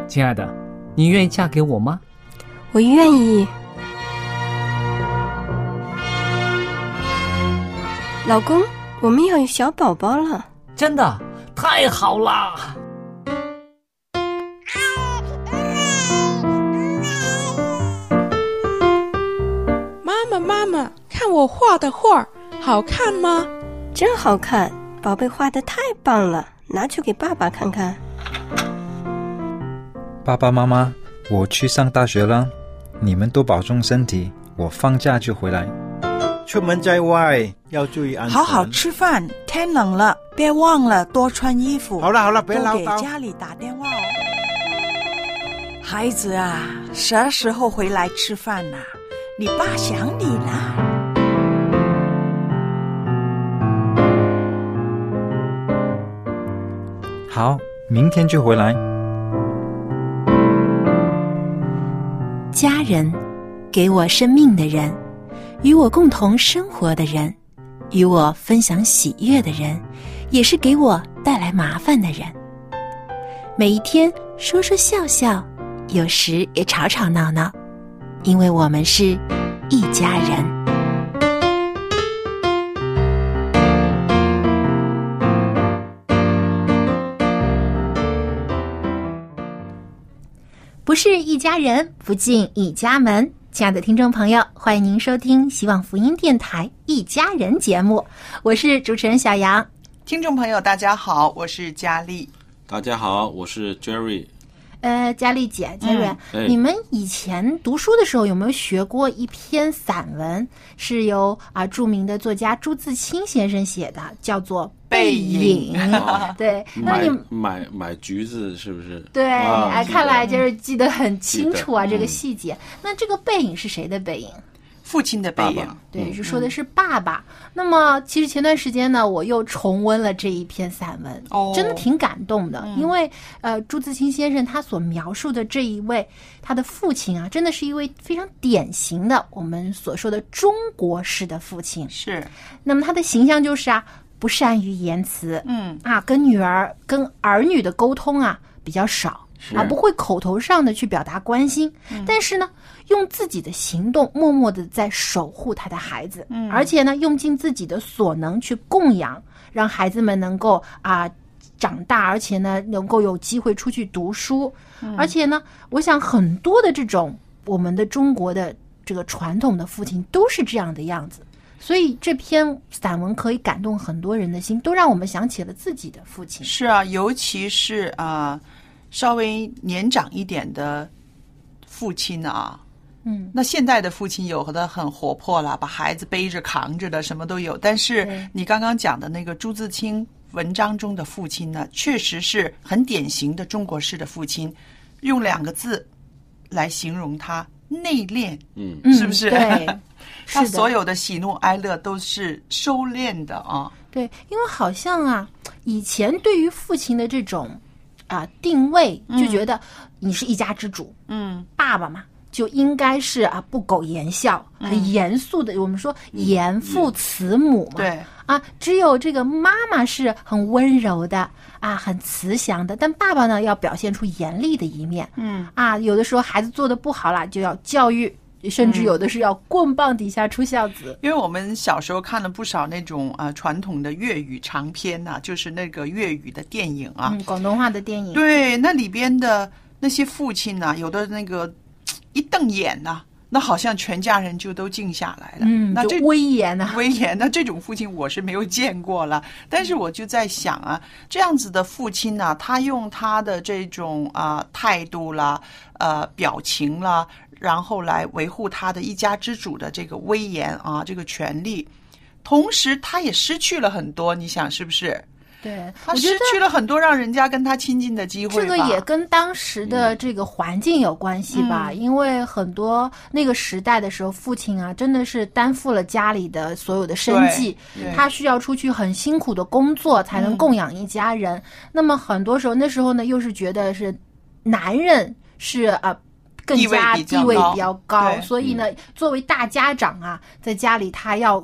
亲爱的，你愿意嫁给我吗？ 我愿意。老公，我们要有小宝宝了。 真的？太好了！ 妈妈，看我画的画，好看吗？ 真好看，宝贝画得太棒了，拿去给爸爸看看。 爸爸妈妈，我去上大学了，你们都保重身体，我放假就回来。 出门在外要注意安全。 好好吃饭，天冷了，别忘了多穿衣服。 好了，别唠叨。 多给家里打电话哦。孩子啊，啥时候回来吃饭啊？你爸想你啦。 好，明天就回来。 家人，给我生命的人，与我共同生活的人，与我分享喜悦的人，也是给我带来麻烦的人。每一天说说笑笑，有时也吵吵闹闹，因为我们是一家人。不是一家人，不进一家门。亲爱的听众朋友，欢迎您收听希望福音电台一家人节目，我是主持人小杨。 听众朋友大家好，我是佳丽。 大家好，我是 Jerry。 佳丽姐，杰瑞，你们以前读书的时候有没有学过一篇散文，是由著名的作家朱自清先生写的，叫做《背影》。对，那你买橘子是不是？ 对，看来就是记得很清楚啊，这个细节。那这个背影是谁的背影？ 父亲的背影。 对，是说的是爸爸。那么其实前段时间呢，我又重温了这一篇散文，真的挺感动的。因为朱自清先生他所描述的这一位他的父亲啊，真的是一位非常典型的我们所说的中国式的父亲。 是。 那么他的形象就是不善于言辞，跟儿女的沟通比较少。不会口头上的去表达关心，但是呢，用自己的行动默默的在守护他的孩子，而且呢，用尽自己的所能去供养，让孩子们能够长大，而且呢，能够有机会出去读书，而且呢，我想很多的这种我们的中国的这个传统的父亲都是这样的样子，所以这篇散文可以感动很多人的心，都让我们想起了自己的父亲。 是啊，尤其是稍微年长一点的父亲那现代的父亲有的很活泼了，把孩子背着扛着的什么都有，但是你刚刚讲的那个朱自清文章中的父亲呢，确实是很典型的中国式的父亲，用2个字来形容他：内敛。是不是？ 对， 他所有的喜怒哀乐都是收敛的对，因为好像以前对于父亲的这种定位就觉得你是一家之主，爸爸嘛就应该是不苟言笑，很严肃的，我们说严父慈母嘛， 对只有这个妈妈是很温柔的很慈祥的，但爸爸呢要表现出严厉的一面，有的时候孩子做的不好了就要教育，甚至有的是要棍棒底下出孝子。 因为我们小时候看了不少那种传统的粤语长篇就是那个粤语的电影广东话的电影。对， 那里边的那些父亲有的那个一瞪眼那好像全家人就都静下来了。那就威严威严。那这种父亲我是没有见过了，但是我就在想这样子的父亲他用他的这种态度啦，表情啦，然后来维护他的一家之主的这个威严这个权利，同时他也失去了很多，你想是不是？ 对， 他失去了很多让人家跟他亲近的机会吧。 这个也跟当时的这个环境有关系吧，因为很多那个时代的时候，父亲真的是担负了家里的所有的生计，他需要出去很辛苦的工作才能供养一家人。那么很多时候那时候呢，又是觉得是男人是更加地位比较高，所以呢，作为大家长在家里他要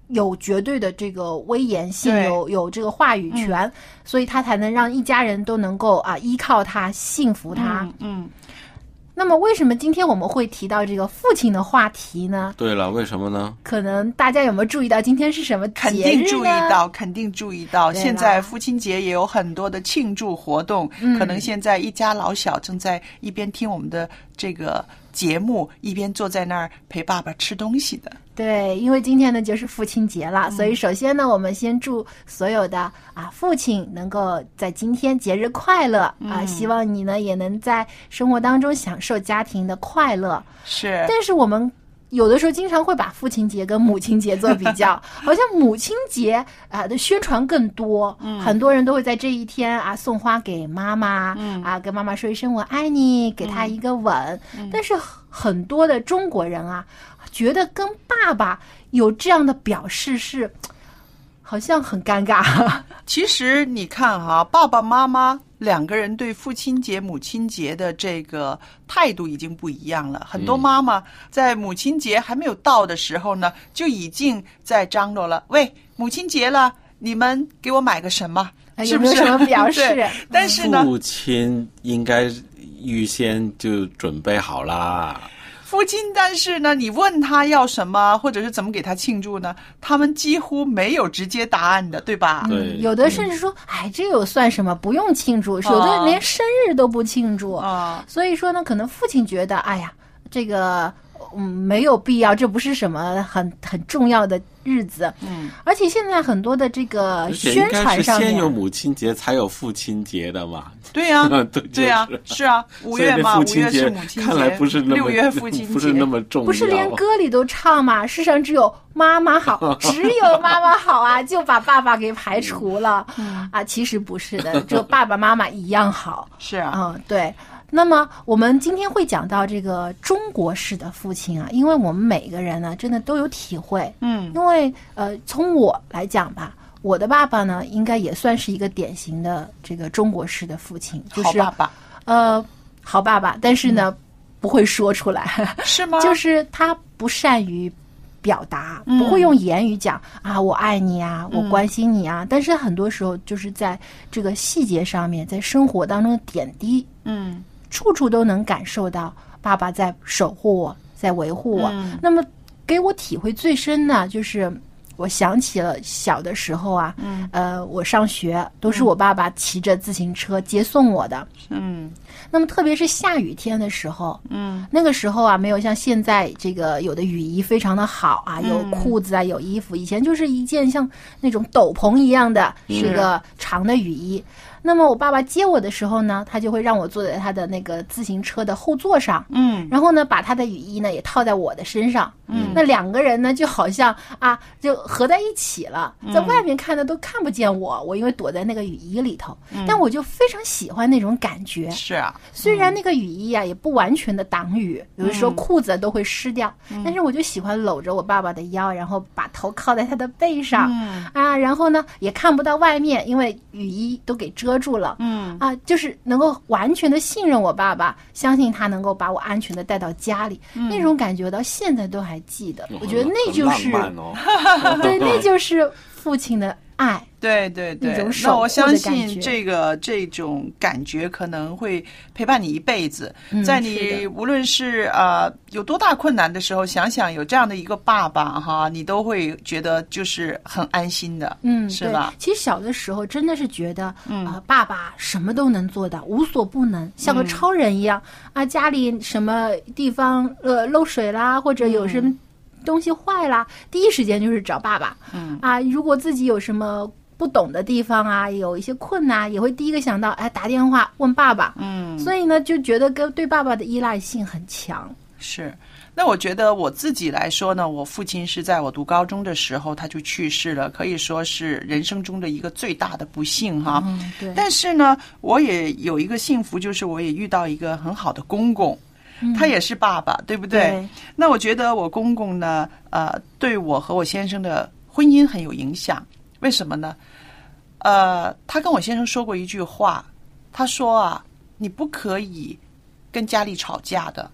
有绝对的这个威严性，有这个话语权，所以他才能让一家人都能够依靠他，信服他。那么为什么今天我们会提到这个父亲的话题呢？ 对了，为什么呢？ 可能大家有没有注意到今天是什么节日呢？ 肯定注意到。现在父亲节也有很多的庆祝活动，可能现在一家老小正在一边听我们的这个节目，一边坐在那儿陪爸爸吃东西的。 对，因为今天呢就是父亲节了，所以首先呢，我们先祝所有的父亲能够在今天节日快乐希望你呢也能在生活当中享受家庭的快乐。 是， 但是我们有的时候经常会把父亲节跟母亲节做比较，好像母亲节的宣传更多，很多人都会在这一天送花给妈妈，跟妈妈说一声我爱你，给她一个吻。但是很多的中国人觉得跟爸爸有这样的表示是好像很尴尬。 其实你看爸爸妈妈两个人对父亲节母亲节的这个态度已经不一样了。很多妈妈在母亲节还没有到的时候呢，就已经在张罗了，喂，母亲节了，你们给我买个什么，是不是？ 有什么表示？ 但是呢， 父亲应该预先就准备好啦。 父亲，但是呢，你问他要什么，或者是怎么给他庆祝呢？他们几乎没有直接答案的，对吧？ 对， 有的甚至说，这有算什么？不用庆祝。有的连生日都不庆祝。所以说呢，可能父亲觉得，这个没有必要，这不是什么很重要的日子。而且现在很多的这个宣传上面， 先有母亲节才有父亲节的嘛。 对呀，对呀，是啊，5月嘛，5月是母亲节， 看来不是那么 6月父亲节， 不是那么重要， 不是连歌里都唱嘛？世上只有妈妈好，只有妈妈好就把爸爸给排除了。其实不是的，只有爸爸妈妈一样好。 是啊， 对。那么我们今天会讲到这个中国式的父亲因为我们每个人呢真的都有体会。因为从我来讲吧，我的爸爸呢应该也算是一个典型的这个中国式的父亲，就是好爸爸。 好爸爸，但是呢不会说出来。 是吗？ 就是他不善于表达，不会用言语讲我爱你我关心你但是很多时候就是在这个细节上面，在生活当中的点滴处处都能感受到爸爸在守护我，在维护我。那么给我体会最深呢，就是我想起了小的时候我上学都是我爸爸骑着自行车接送我的。那么特别是下雨天的时候，那个时候没有像现在这个有的雨衣非常的好有裤子有衣服，以前就是一件像那种斗篷一样的这个长的雨衣。那么我爸爸接我的时候呢，他就会让我坐在他的那个自行车的后座上，然后呢把他的雨衣呢也套在我的身上，那两个人呢就好像就合在一起了，在外面看的都看不见我因为躲在那个雨衣里头，但我就非常喜欢那种感觉。 是啊， 虽然那个雨衣也不完全的挡雨，有的时候裤子都会湿掉，但是我就喜欢搂着我爸爸的腰，然后把头靠在他的背上，然后呢也看不到外面，因为雨衣都给遮住了，就是能够完全的信任我爸爸，相信他能够把我安全的带到家里，那种感觉到现在都还记得。我觉得那就是对，那就是父亲的爱。 对，那我相信这种感觉可能会陪伴你一辈子，在你无论是有多大困难的时候，想想有这样的一个爸爸你都会觉得就是很安心的。是吧？ 其实小的时候真的是觉得爸爸什么都能做到，无所不能，像个超人一样家里什么地方漏水啦，或者有什么东西坏啦，第一时间就是找爸爸。如果自己有什么不懂的地方有一些困难，也会第一个想到打电话问爸爸。所以呢就觉得对爸爸的依赖性很强。 是，那我觉得我自己来说呢，我父亲是在我读高中的时候他就去世了，可以说是人生中的一个最大的不幸对。 但是呢我也有一个幸福，就是我也遇到一个很好的公公，他也是爸爸，对不对？ 对。 那我觉得我公公呢对我和我先生的婚姻很有影响。为什么呢？他跟我先生说过一句话，他说你不可以跟家里吵架的。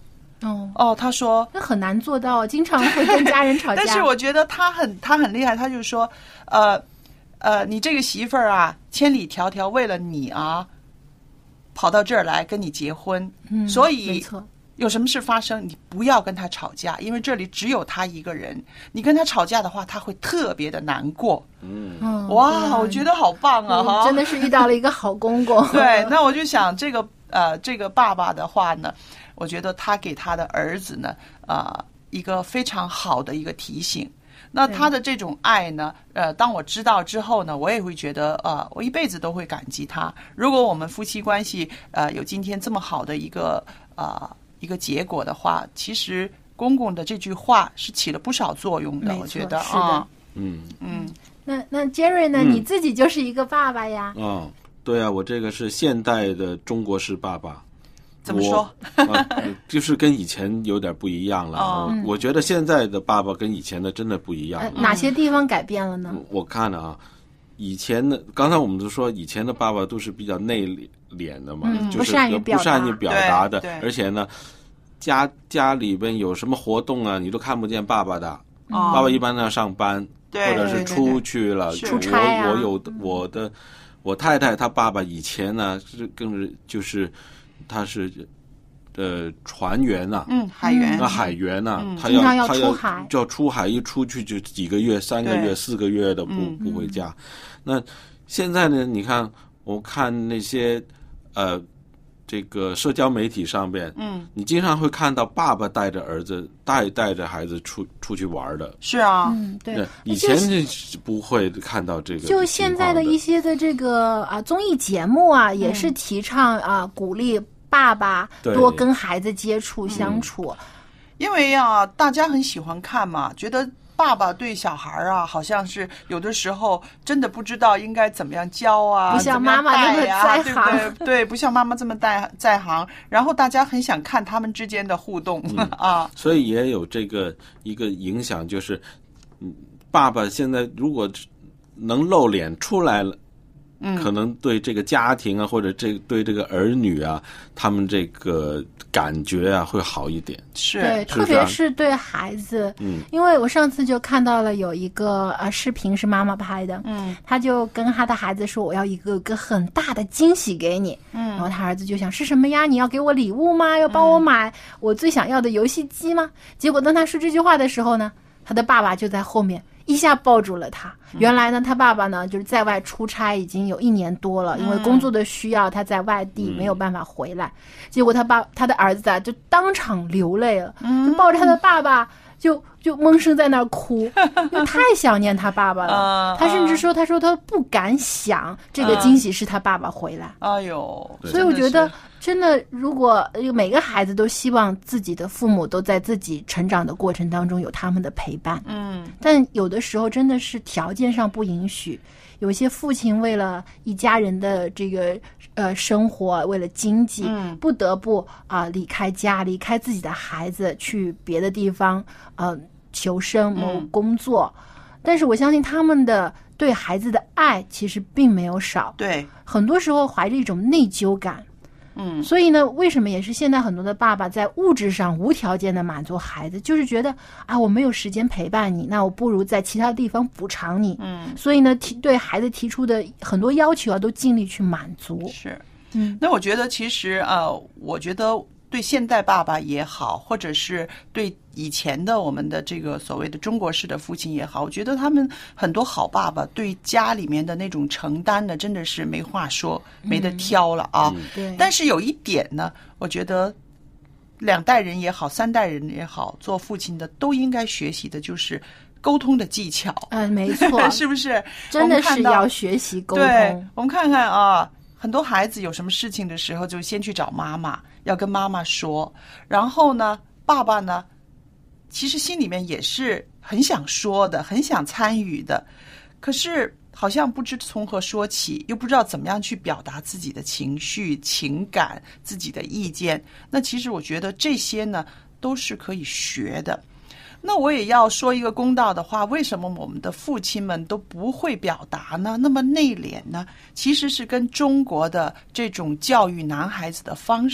他说那很难做到，经常会跟家人吵架。 但是我觉得他很厉害，他就说你这个媳妇儿啊，千里迢迢为了你啊，跑到这儿来跟你结婚，所以没错。 有什么事发生，你不要跟他吵架，因为这里只有他一个人。你跟他吵架的话，他会特别的难过。哇，我觉得好棒啊！ 真的是遇到了一个好公公。 对，那我就想这个爸爸的话呢，我觉得他给他的儿子呢，一个非常好的一个提醒。那他的这种爱呢，当我知道之后呢，我也会觉得我一辈子都会感激他。如果我们夫妻关系有今天这么好的一个结果的话，其实公公的这句话是起了不少作用的，我觉得是的。那 Jerry 呢？你自己就是一个爸爸呀？ 对啊，我这个是现代的中国式爸爸。 怎么说？ 就是跟以前有点不一样了。我觉得现在的爸爸跟以前的真的不一样了。 哪些地方改变了呢？ 我看了以前的，刚才我们都说以前的爸爸都是比较内敛的嘛，就是不善于表达的，而且呢，家里边有什么活动啊，你都看不见爸爸的。爸爸一般要上班，或者是出去了出差啊。 我太太她爸爸以前呢是就是他是船员呐，海员呐，他要出海，一出去就几个月、3个月、4个月的不回家。那现在呢？你看，我看那些这个社交媒体上边，你经常会看到爸爸带着儿子带着孩子出去玩的。 是啊， 对， 以前是不会看到这个。 就现在的一些的这个综艺节目啊，也是提倡鼓励爸爸多跟孩子接触相处， 因为大家很喜欢看嘛，觉得爸爸对小孩好像是有的时候真的不知道应该怎么样教啊， 不像妈妈这么在行， 对，不像妈妈这么在行，然后大家很想看他们之间的互动所以也有这个一个影响，就是爸爸现在如果能露脸出来了。可能对这个家庭啊，或者对这个儿女啊，他们这个感觉啊会好一点。 对，特别是对孩子。因为我上次就看到了有一个视频是妈妈拍的，他就跟他的孩子说：“我要一个很大的惊喜给你。”然后他儿子就想是什么呀？你要给我礼物吗？要帮我买我最想要的游戏机吗？结果当他说这句话的时候呢，他的爸爸就在后面。一下抱住了他。原来呢，他爸爸呢就是在外出差已经有1年多了，因为工作的需要，他在外地没有办法回来。结果他的儿子就当场流泪了，就抱着他的爸爸就闷声在那儿哭，因为太想念他爸爸了。他甚至说，他不敢想这个惊喜是他爸爸回来。 哎呦， 所以我觉得真的，如果每个孩子都希望自己的父母都在自己成长的过程当中有他们的陪伴，但有的时候真的是条件上不允许。有些父亲为了一家人的这个生活，为了经济，不得不离开家，离开自己的孩子，去别的地方求生谋工作。但是我相信他们的对孩子的爱其实并没有少， 对， 很多时候怀着一种内疚感。所以呢，为什么也是现在很多的爸爸在物质上无条件的满足孩子，就是觉得我没有时间陪伴你，那我不如在其他地方补偿你。所以呢，对孩子提出的很多要求都尽力去满足。 是，那我觉得其实我觉得对现代爸爸也好，或者是对以前的我们的这个所谓的中国式的父亲也好，我觉得他们很多好爸爸对家里面的那种承担呢，真的是没话说，没得挑了啊。 对。 但是有一点呢，我觉得2代人也好，3代人也好，做父亲的都应该学习的就是沟通的技巧。 没错， 是不是？ 真的是要学习沟通。 对，我们看看很多孩子有什么事情的时候，就先去找妈妈，要跟妈妈说。然后呢，爸爸呢，其实心里面也是很想说的，很想参与的，可是好像不知从何说起，又不知道怎么样去表达自己的情绪、情感、自己的意见。那其实我觉得这些呢，都是可以学的。那我也要说一个公道的话，为什么我们的父亲们都不会表达呢？那么内敛呢？其实是跟中国的这种教育男孩子的方式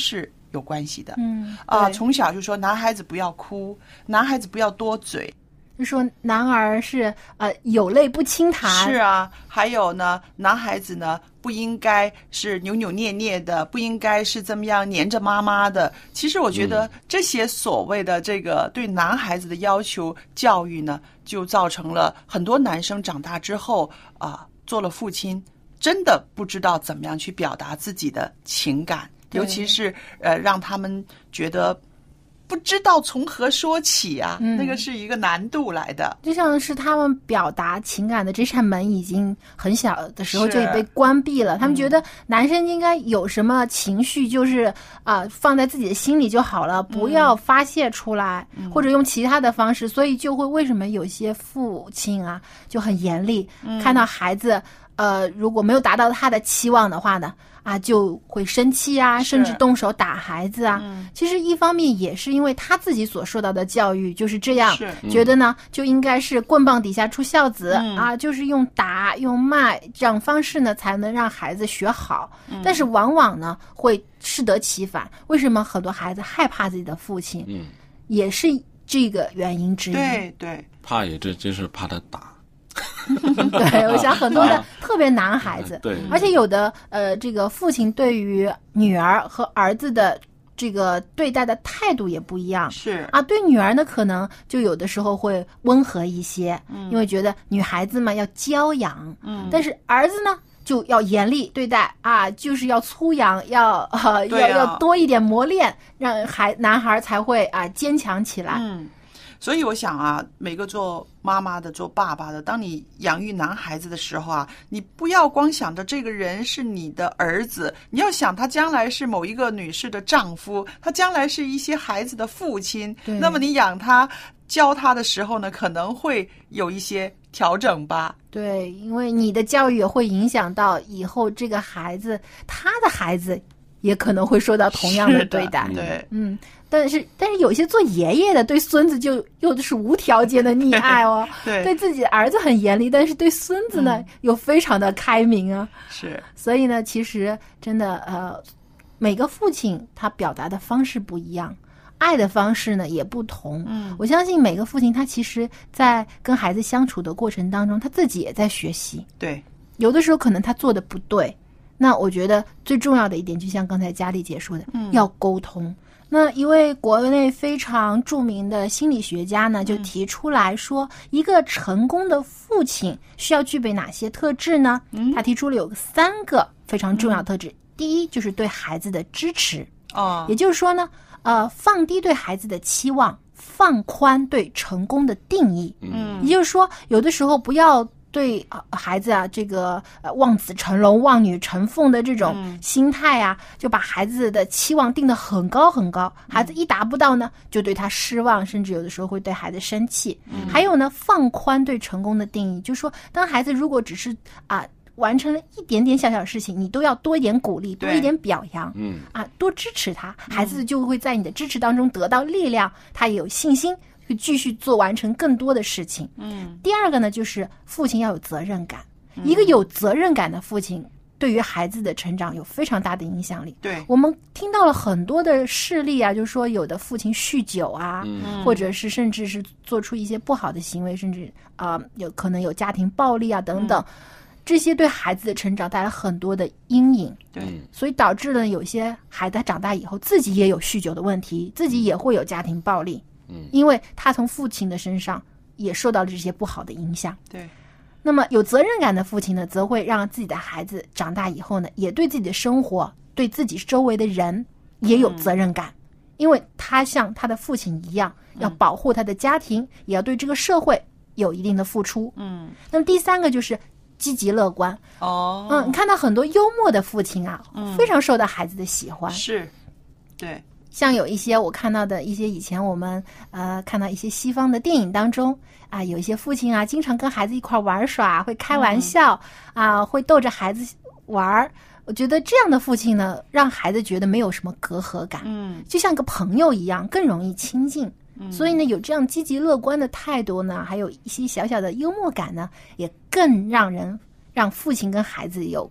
有关系的。从小就说男孩子不要哭，男孩子不要多嘴， 就说男儿是有泪不轻弹。 是啊，还有呢，男孩子呢不应该是扭扭捏捏的，不应该是这么样黏着妈妈的。其实我觉得这些所谓的这个对男孩子的要求教育呢，就造成了很多男生长大之后做了父亲，真的不知道怎么样去表达自己的情感，尤其是让他们觉得不知道从何说起啊，那个是一个难度来的。 就像是他们表达情感的这扇门已经很小的时候就已被关闭了，他们觉得男生应该有什么情绪就是放在自己的心里就好了，不要发泄出来，或者用其他的方式，所以就会为什么有些父亲啊就很严厉，看到孩子如果没有达到他的期望的话呢就会生气啊，甚至动手打孩子啊。其实一方面也是因为他自己所受到的教育就是这样，觉得呢就应该是棍棒底下出孝子就是用打用骂这样方式呢才能让孩子学好。但是往往呢会适得其反。为什么很多孩子害怕自己的父亲？也是这个原因之一。 对， 怕也就是怕他打。 对，我想很多的特别男孩子， 对， 而且有的这个父亲对于女儿和儿子的这个对待的态度也不一样。 是对女儿呢可能就有的时候会温和一些，因为觉得女孩子嘛要娇养，但是儿子呢就要严厉对待就是要粗养，要多一点磨练，让男孩才会坚强起来。 所以我想每个做妈妈的做爸爸的，当你养育男孩子的时候你不要光想着这个人是你的儿子，你要想他将来是某一个女士的丈夫，他将来是一些孩子的父亲。那么你养他教他的时候呢可能会有一些调整吧。 对，因为你的教育也会影响到以后这个孩子，他的孩子也可能会受到同样的对待。 对， 但是有些做爷爷的对孙子就又是无条件的溺爱哦。对自己的儿子很严厉，但是对孙子呢又非常的开明啊。 是， 所以呢其实真的每个父亲他表达的方式不一样，爱的方式呢也不同。我相信每个父亲他其实在跟孩子相处的过程当中，他自己也在学习。 对， 有的时候可能他做的不对，那我觉得最重要的一点就像刚才佳丽姐说的，要沟通。那一位国内非常著名的心理学家呢就提出来说，一个成功的父亲需要具备哪些特质呢？他提出了有3个非常重要特质。第一就是对孩子的支持，也就是说呢放低对孩子的期望，放宽对成功的定义。也就是说有的时候不要对孩子这个望子成龙望女成凤的这种心态就把孩子的期望定得很高很高，孩子一达不到呢就对他失望，甚至有的时候会对孩子生气。还有呢放宽对成功的定义，就是说当孩子如果只是完成了一点点小小事情，你都要多一点鼓励，多一点表扬，多支持他，孩子就会在你的支持当中得到力量，他也有信心继续完成更多的事情。第二个呢就是父亲要有责任感。一个有责任感的父亲对于孩子的成长有非常大的影响力。 对， 我们听到了很多的事例就是说有的父亲酗酒或者是甚至是做出一些不好的行为，甚至有可能有家庭暴力等等，这些对孩子的成长带来很多的阴影。 对， 所以导致了有些孩子他长大以后自己也有酗酒的问题，自己也会有家庭暴力。因为他从父亲的身上也受到了这些不好的影响。 对， 那么有责任感的父亲呢，则会让自己的孩子长大以后呢，也对自己的生活，对自己周围的人也有责任感，因为他像他的父亲一样，要保护他的家庭，也要对这个社会有一定的付出。那么第3个就是积极乐观。你看到很多幽默的父亲非常受到孩子的喜欢。 是，对。 像有一些我看到的一些以前我们看到一些西方的电影当中有一些父亲经常跟孩子一块玩耍，会开玩笑会逗着孩子玩。我觉得这样的父亲呢，让孩子觉得没有什么隔阂感，就像个朋友一样，更容易亲近。所以呢，有这样积极乐观的态度呢，还有一些小小的幽默感呢，也更让父亲跟孩子有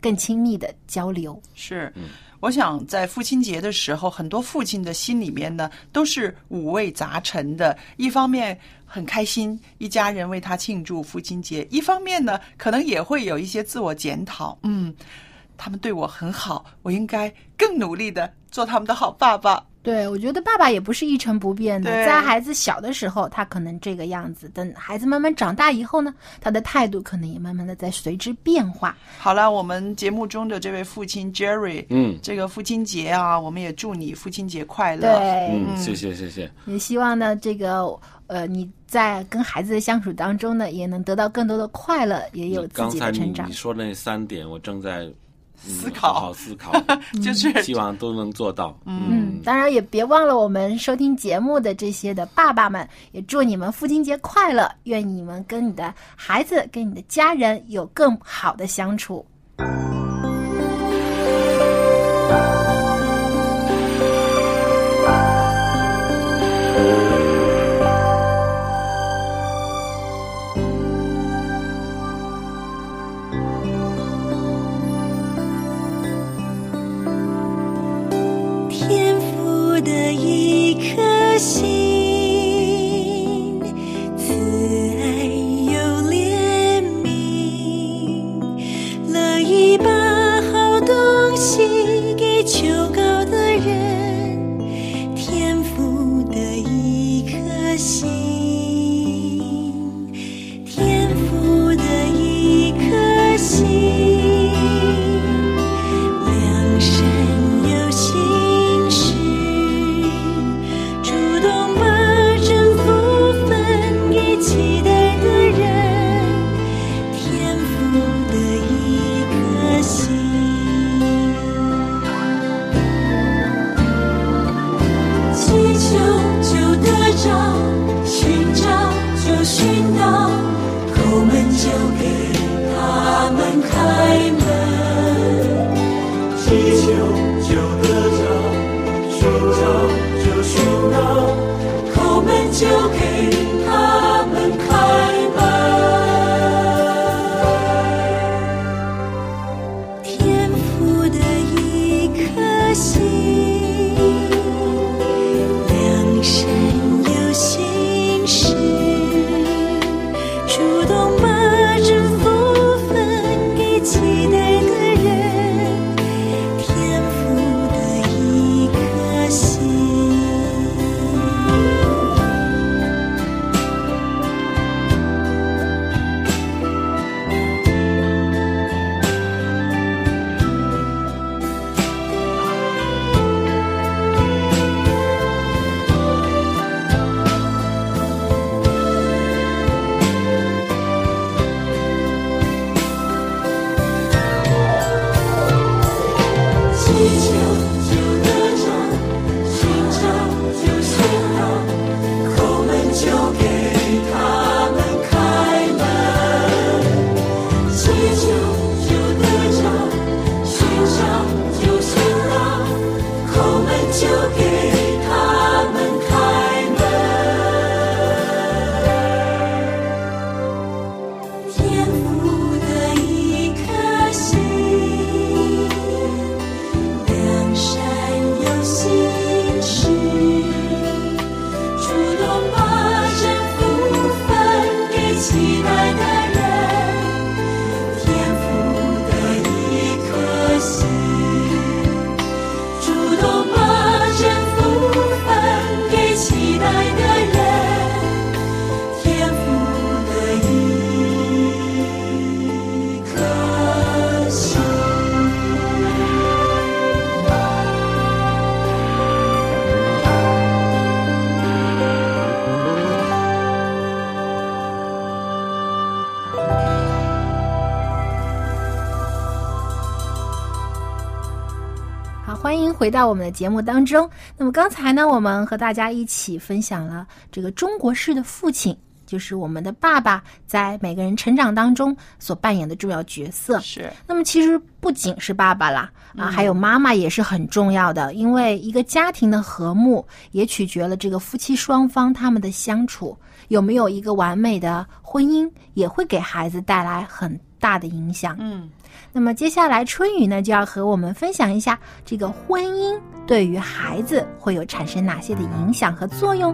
更亲密的交流。 是，我想在父亲节的时候，很多父亲的心里面呢都是五味杂陈的。一方面很开心，一家人为他庆祝父亲节；一方面呢，可能也会有一些自我检讨。他们对我很好，我应该更努力的做他们的好爸爸。 对，我觉得爸爸也不是一成不变的，在孩子小的时候他可能这个样子，等孩子慢慢长大以后呢，他的态度可能也慢慢的在随之变化。 好了，我们节目中的这位父亲 Jerry， 这个父亲节啊，我们也祝你父亲节快乐。 对， 谢谢谢谢。 也希望呢这个你在跟孩子的相处当中呢，也能得到更多的快乐，也有自己的成长。 你说的那3点我正在思考， 好好思考， 就是希望都能做到。 当然也别忘了我们收听节目的这些的爸爸们，也祝你们父亲节快乐，愿你们跟你的孩子、跟你的家人有更好的相处。 的一颗心，慈爱又怜悯，乐意把好东西给求告的人。天父的一颗心，天父的一颗心，良善又心实，期待的人，天父的一颗心，祈求就得着，寻找就寻到，叩门就给他们开门。祈求就得着，寻找就寻到，叩门就给他们开门。天父的一颗心，良善又心实，主动把这福分给期待的人。天父的一颗心。 欢迎回到我们的节目当中。那么刚才呢，我们和大家一起分享了这个中国式的父亲，就是我们的爸爸在每个人成长当中所扮演的重要角色。 是。 那么其实不仅是爸爸啦，还有妈妈也是很重要的，因为一个家庭的和睦也取决了这个夫妻双方他们的相处有没有一个完美的婚姻，也会给孩子带来很大的影响。 那么接下来春雨呢就要和我们分享一下这个婚姻对于孩子会有产生哪些的影响和作用。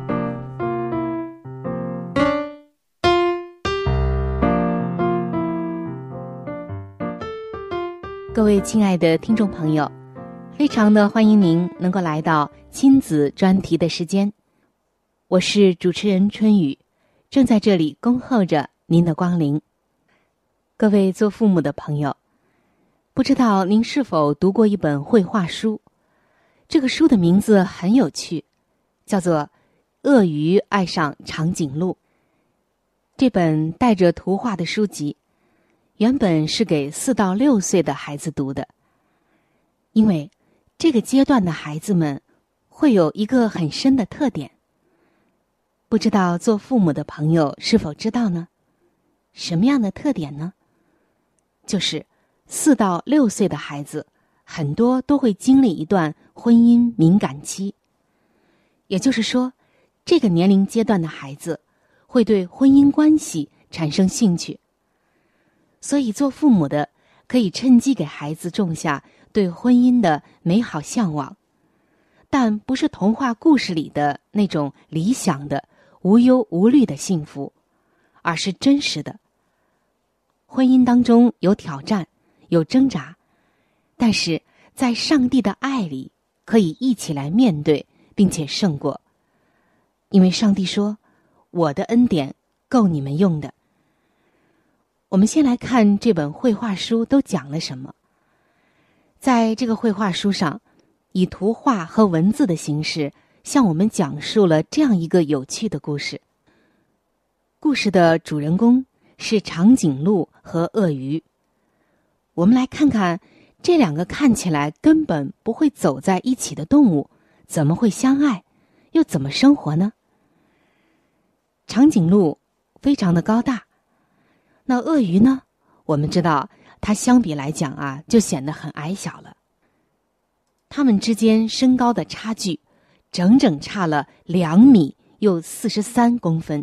各位亲爱的听众朋友，非常的欢迎您能够来到亲子专题的时间，我是主持人春雨，正在这里恭候着您的光临。各位做父母的朋友，不知道您是否读过一本绘画书，这个书的名字很有趣，叫做《鳄鱼爱上长颈鹿》。这本带着图画的书籍原本是给4到6岁的孩子读的，因为这个阶段的孩子们会有一个很深的特点，不知道做父母的朋友是否知道呢？什么样的特点呢？就是4到6岁的孩子很多都会经历一段婚姻敏感期，也就是说，这个年龄阶段的孩子会对婚姻关系产生兴趣。所以做父母的可以趁机给孩子种下对婚姻的美好向往，但不是童话故事里的那种理想的无忧无虑的幸福，而是真实的。婚姻当中有挑战，有挣扎，但是在上帝的爱里可以一起来面对，并且胜过。因为上帝说，我的恩典够你们用的。我们先来看这本绘画书都讲了什么。在这个绘画书上，以图画和文字的形式向我们讲述了这样一个有趣的故事。故事的主人公是长颈鹿和鳄鱼。我们来看看这两个看起来根本不会走在一起的动物怎么会相爱，又怎么生活呢？长颈鹿非常的高大，那鳄鱼呢，我们知道它相比来讲啊，就显得很矮小了。它们之间身高的差距整整差了2米又43公分。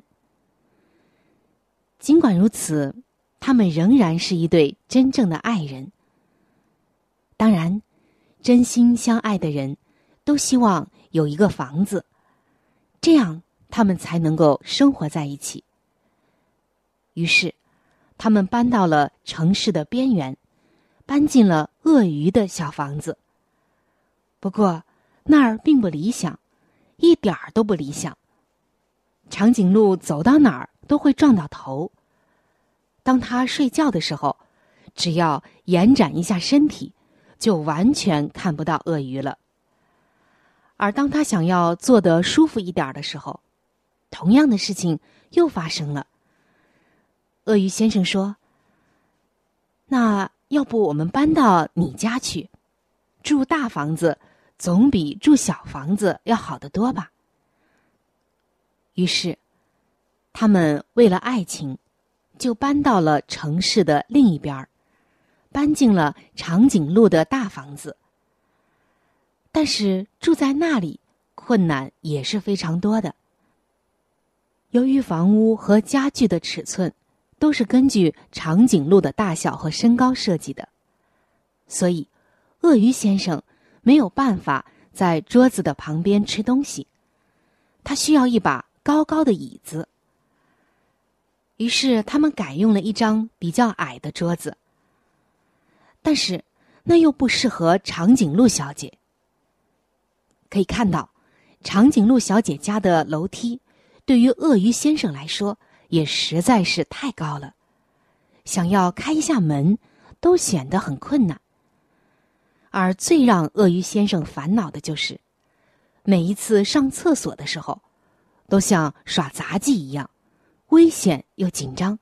尽管如此，他们仍然是一对真正的爱人。当然，真心相爱的人都希望有一个房子，这样他们才能够生活在一起。于是他们搬到了城市的边缘，搬进了鳄鱼的小房子。不过那儿并不理想，一点儿都不理想。长颈鹿走到哪儿都会撞到头。当他睡觉的时候，只要延展一下身体，就完全看不到鳄鱼了。而当他想要坐得舒服一点的时候，同样的事情又发生了。鳄鱼先生说，那要不我们搬到你家去，住大房子总比住小房子要好得多吧。于是他们为了爱情就搬到了城市的另一边，搬进了长颈鹿的大房子。但是住在那里困难也是非常多的。由于房屋和家具的尺寸都是根据长颈鹿的大小和身高设计的，所以鳄鱼先生没有办法在桌子的旁边吃东西，他需要一把高高的椅子。于是他们改用了一张比较矮的桌子，但是那又不适合长颈鹿小姐。可以看到，长颈鹿小姐家的楼梯对于鳄鱼先生来说也实在是太高了，想要开一下门都显得很困难。而最让鳄鱼先生烦恼的就是，每一次上厕所的时候都像耍杂技一样，危险又紧张。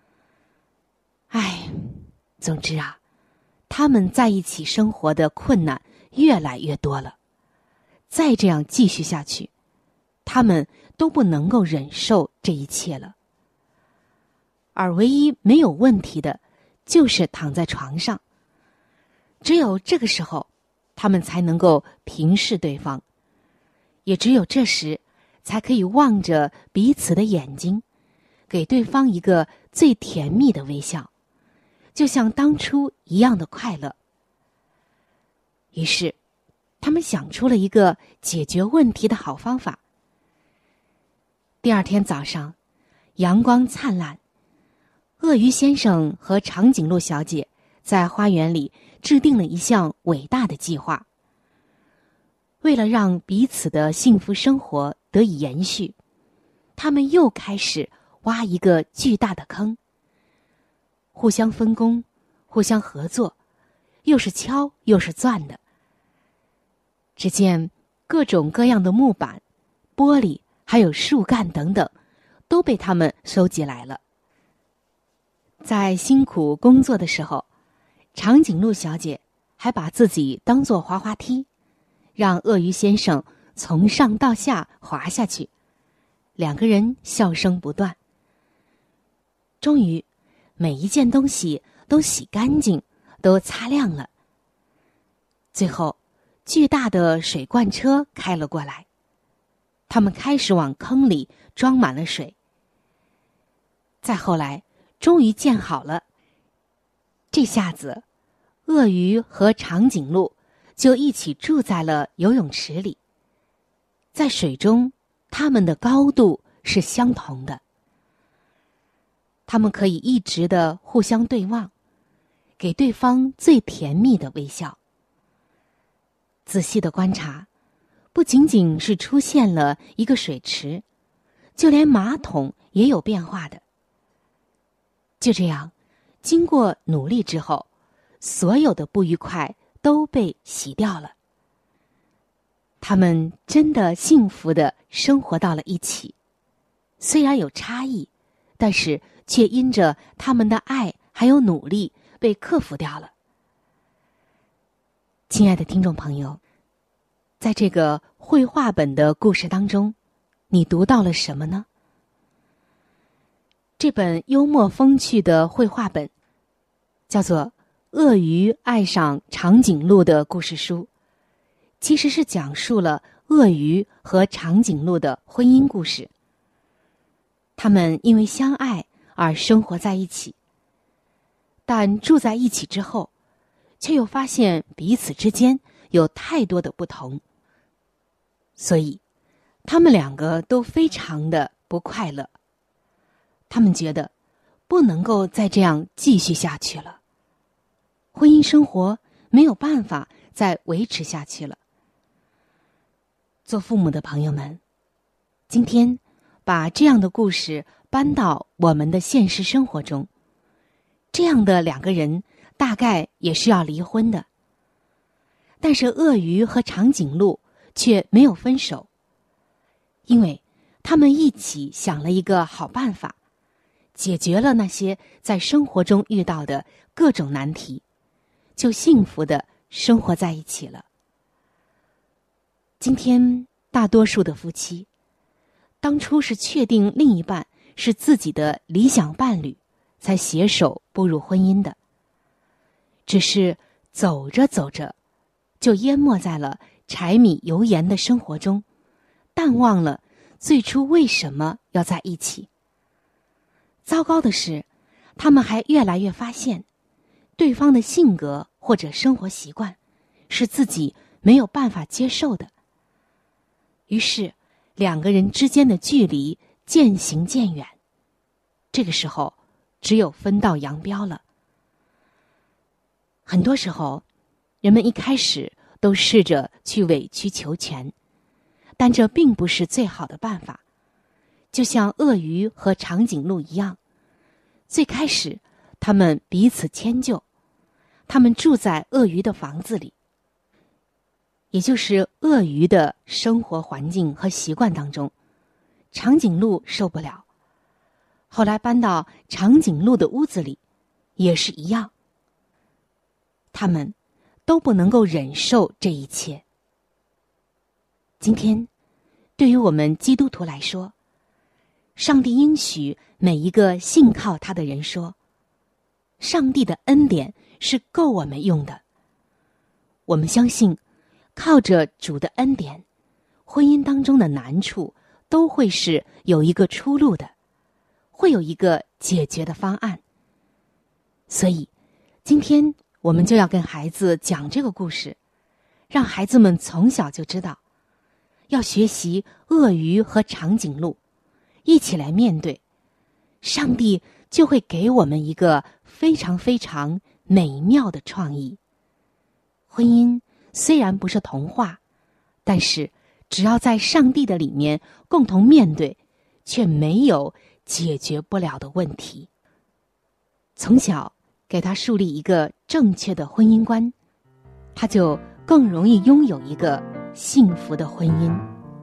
总之啊，他们在一起生活的困难越来越多了。再这样继续下去，他们都不能够忍受这一切了。而唯一没有问题的就是躺在床上，只有这个时候他们才能够平视对方，也只有这时才可以望着彼此的眼睛，给对方一个最甜蜜的微笑， 就像当初一样的快乐。于是他们想出了一个解决问题的好方法。第二天早上，阳光灿烂，鳄鱼先生和长颈鹿小姐在花园里制定了一项伟大的计划。为了让彼此的幸福生活得以延续，他们又开始挖一个巨大的坑，互相分工，互相合作，又是敲又是钻的。只见各种各样的木板、玻璃还有树干等等都被他们收集来了。在辛苦工作的时候，长颈鹿小姐还把自己当作滑滑梯，让鳄鱼先生从上到下滑下去，两个人笑声不断。终于每一件东西都洗干净，都擦亮了。最后巨大的水罐车开了过来，他们开始往坑里装满了水。再后来终于建好了，这下子鳄鱼和长颈鹿就一起住在了游泳池里。在水中，它们的高度是相同的，他们可以一直的互相对望，给对方最甜蜜的微笑。仔细的观察，不仅仅是出现了一个水池，就连马桶也有变化的。就这样，经过努力之后，所有的不愉快都被洗掉了。他们真的幸福地生活到了一起，虽然有差异，但是却因着他们的爱还有努力被克服掉了。亲爱的听众朋友，在这个绘画本的故事当中，你读到了什么呢？这本幽默风趣的绘画本叫做《鳄鱼爱上长颈鹿的故事书》，其实是讲述了鳄鱼和长颈鹿的婚姻故事。他们因为相爱而生活在一起，但住在一起之后，却又发现彼此之间有太多的不同，所以他们两个都非常的不快乐。他们觉得不能够再这样继续下去了，婚姻生活没有办法再维持下去了。做父母的朋友们，今天把这样的故事搬到我们的现实生活中，这样的两个人大概也是要离婚的。但是鳄鱼和长颈鹿却没有分手，因为他们一起想了一个好办法，解决了那些在生活中遇到的各种难题，就幸福地生活在一起了。今天大多数的夫妻，当初是确定另一半是自己的理想伴侣，才携手步入婚姻的。只是走着走着，就淹没在了柴米油盐的生活中，淡忘了最初为什么要在一起。糟糕的是，他们还越来越发现，对方的性格或者生活习惯是自己没有办法接受的。于是两个人之间的距离渐行渐远，这个时候只有分道扬镳了。很多时候，人们一开始都试着去委曲求全，但这并不是最好的办法。就像鳄鱼和长颈鹿一样，最开始他们彼此迁就，他们住在鳄鱼的房子里，也就是鳄鱼的生活环境和习惯当中。长颈鹿受不了，后来搬到长颈鹿的屋子里，也是一样。他们都不能够忍受这一切。今天，对于我们基督徒来说，上帝应许每一个信靠他的人说，上帝的恩典是够我们用的。我们相信，靠着主的恩典，婚姻当中的难处都会是有一个出路的，会有一个解决的方案。所以今天我们就要跟孩子讲这个故事，让孩子们从小就知道，要学习鳄鱼和长颈鹿，一起来面对，上帝就会给我们一个非常非常美妙的创意。婚姻虽然不是童话，但是只要在上帝的里面共同面对，却没有解决不了的问题。从小给他树立一个正确的婚姻观，他就更容易拥有一个幸福的婚姻。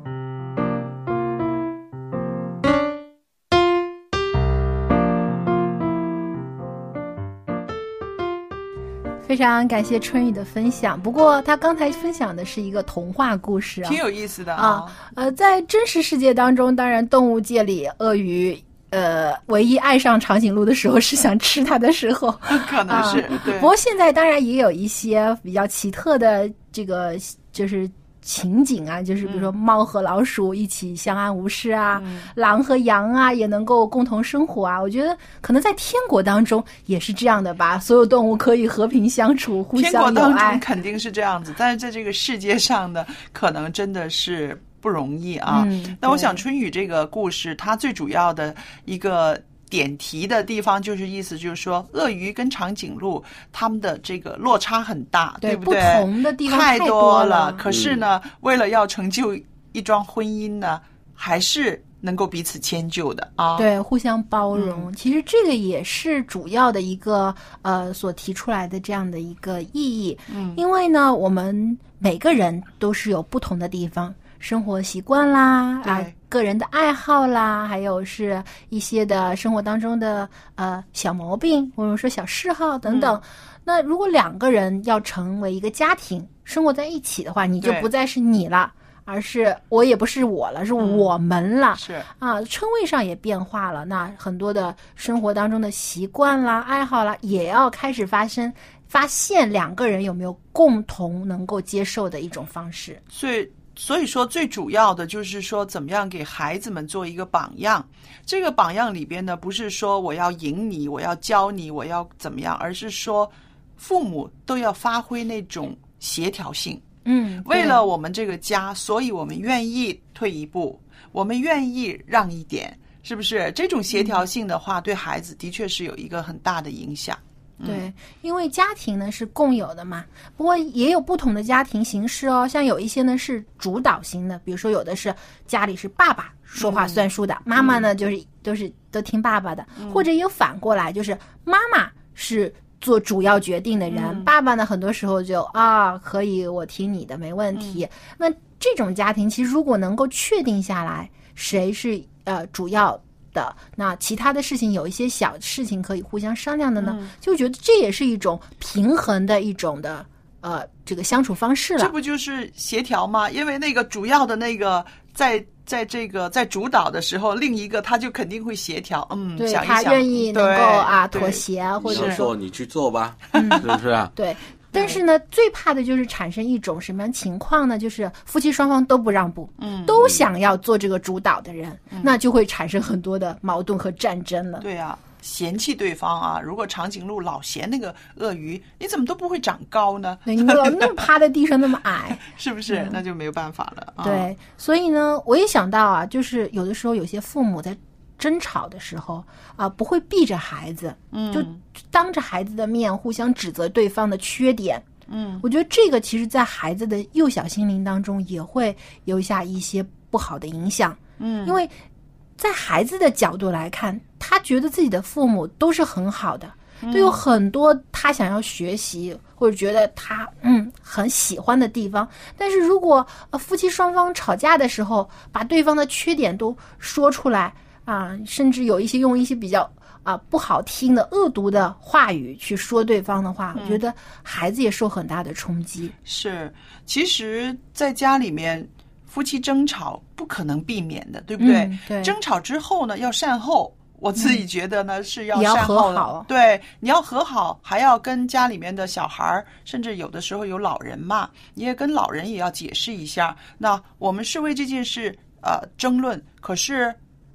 非常感谢春雨的分享，不过他刚才分享的是一个童话故事挺有意思的在真实世界当中，当然动物界里鳄鱼唯一爱上长颈鹿的时候是想吃它的时候， 可能是对。 不过现在当然也有一些比较奇特的这个就是情景啊，就是比如说猫和老鼠一起相安无事啊，狼和羊啊也能够共同生活啊。我觉得可能在天国当中也是这样的吧，所有动物可以和平相处，互相友爱。 天国当中肯定是这样子，但是在这个世界上呢，可能真的是不容易啊。那我想春雨这个故事，它最主要的一个点题的地方意思就是说，鳄鱼跟长颈鹿他们的这个落差很大，对不对？ 不同的地方太多了。可是呢，为了要成就一桩婚姻呢，还是能够彼此迁就的啊。 对，互相包容。其实这个也是主要的一个所提出来的这样的一个意义。因为呢，我们每个人都是有不同的地方。生活习惯啦，个人的爱好啦，还有是一些的生活当中的小毛病，或者说小嗜好等等。那如果两个人要成为一个家庭，生活在一起的话，你就不再是你了，而是我也不是我了，是我们了。 是啊，称谓上也变化了。那很多的生活当中的习惯啦、爱好啦，也要开始发现两个人有没有共同能够接受的一种方式。 所以说最主要的就是说怎么样给孩子们做一个榜样。这个榜样里边呢，不是说我要引你，我要教你，我要怎么样，而是说父母都要发挥那种协调性。为了我们这个家，所以我们愿意退一步，我们愿意让一点，是不是？这种协调性的话，对孩子的确是有一个很大的影响。 对，因为家庭呢是共有的嘛，不过也有不同的家庭形式哦。像有一些呢是主导型的，比如说有的是家里是爸爸说话算数的，妈妈呢就是都听爸爸的，或者也有反过来，就是妈妈是做主要决定的人，爸爸呢很多时候就可以我听你的没问题。那这种家庭其实如果能够确定下来谁是主要的，那其他的事情有一些小事情可以互相商量的呢，就觉得这也是一种平衡的一种的这个相处方式了。 这不就是协调吗？因为那个主要的那个在这个在主导的时候，另一个他就肯定会协调， 对， 想一想他愿意能够妥协，或者说你去做吧，是不是啊？ 对。但是呢，最怕的就是产生一种什么样情况呢？就是夫妻双方都不让步，都想要做这个主导的人，那就会产生很多的矛盾和战争了。 对啊，嫌弃对方啊！如果长颈鹿老嫌那个鳄鱼，你怎么都不会长高呢？ 你老那么趴在地上那么矮， 是不是？那就没有办法了。 对，所以呢，我也想到啊，就是有的时候有些父母在争吵的时候不会避着孩子，就当着孩子的面互相指责对方的缺点。我觉得这个其实在孩子的幼小心灵当中也会留下一些不好的影响。因为在孩子的角度来看，他觉得自己的父母都是很好的，都有很多他想要学习或者觉得他很喜欢的地方。但是如果夫妻双方吵架的时候把对方的缺点都说出来甚至有一些用一些比较不好听的恶毒的话语去说对方的话，我觉得孩子也受很大的冲击。 是，其实在家里面夫妻争吵不可能避免的，对不对？ 对， 争吵之后呢要善后，我自己觉得呢是要善后和好。 对，你要和好，还要跟家里面的小孩，甚至有的时候有老人嘛，你也跟老人也要解释一下。那我们是为这件事争论，可是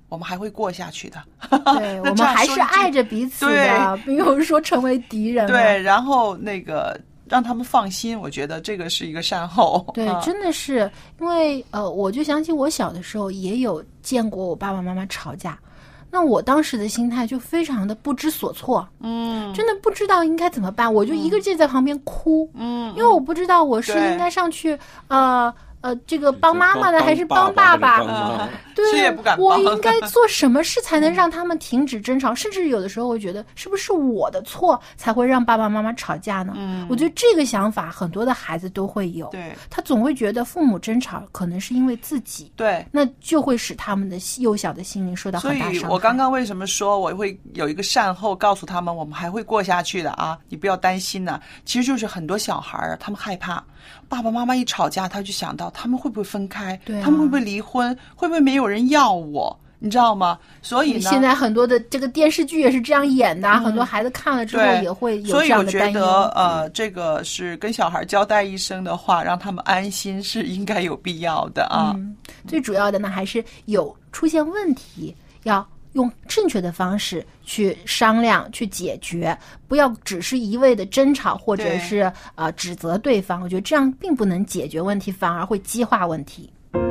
我们还会过下去的。 对，我们还是爱着彼此的，没有说成为敌人。 对，然后那个让他们放心，我觉得这个是一个善后。 对，真的是，因为我就想起我小的时候也有见过我爸爸妈妈吵架，那我当时的心态就非常的不知所措，真的不知道应该怎么办，我就一个劲在旁边哭，因为我不知道我是应该上去这个帮妈妈呢，还是帮爸爸？对， 谁也不敢帮。 我应该做什么事才能让他们停止争吵？甚至有的时候，我觉得是不是我的错才会让爸爸妈妈吵架呢？我觉得这个想法很多的孩子都会有。 对， 他总会觉得父母争吵可能是因为自己， 对， 那就会使他们的幼小的心灵受到很大伤害。 所以我刚刚为什么说我会有一个善后，告诉他们我们还会过下去的啊，你不要担心呢。其实就是很多小孩啊，他们害怕爸爸妈妈一吵架，他就想到他们会不会分开，他们会不会离婚，会不会没有人要我，你知道吗？所以呢， 现在很多的这个电视剧也是这样演的，很多孩子看了之后也会有这样的担忧。 所以我觉得这个是跟小孩交代一声的话，让他们安心是应该有必要的啊。 最主要的呢，还是有出现问题要用正确的方式去商量去解决，不要只是一味的争吵或者是指责对方，我觉得这样并不能解决问题，反而会激化问题。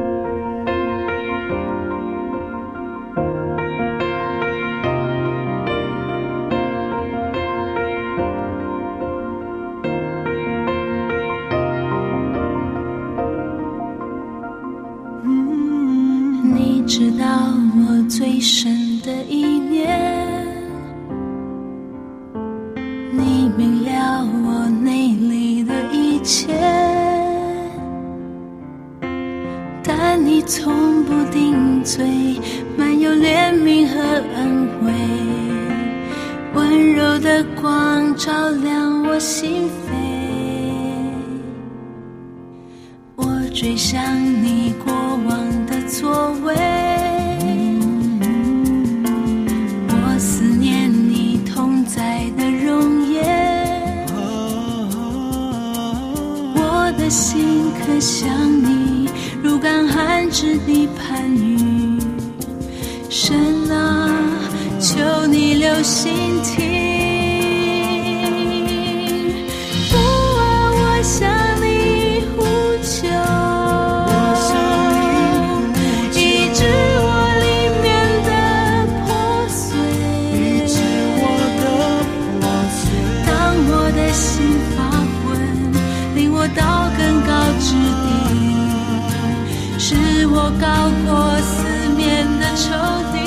你知道我最深的意念，你明了我内里的一切，但你从不顶嘴，满有怜悯和恩惠，温柔的光照亮我心扉。我追想你过往的座位，我思念你同在的容颜，我的心可想你如干旱之地盼雨。神啊，求你留心听，父啊，我向你呼求，医治我里面的破碎，当我的心发昏，领我到更高之地，使我高过四面的仇敌。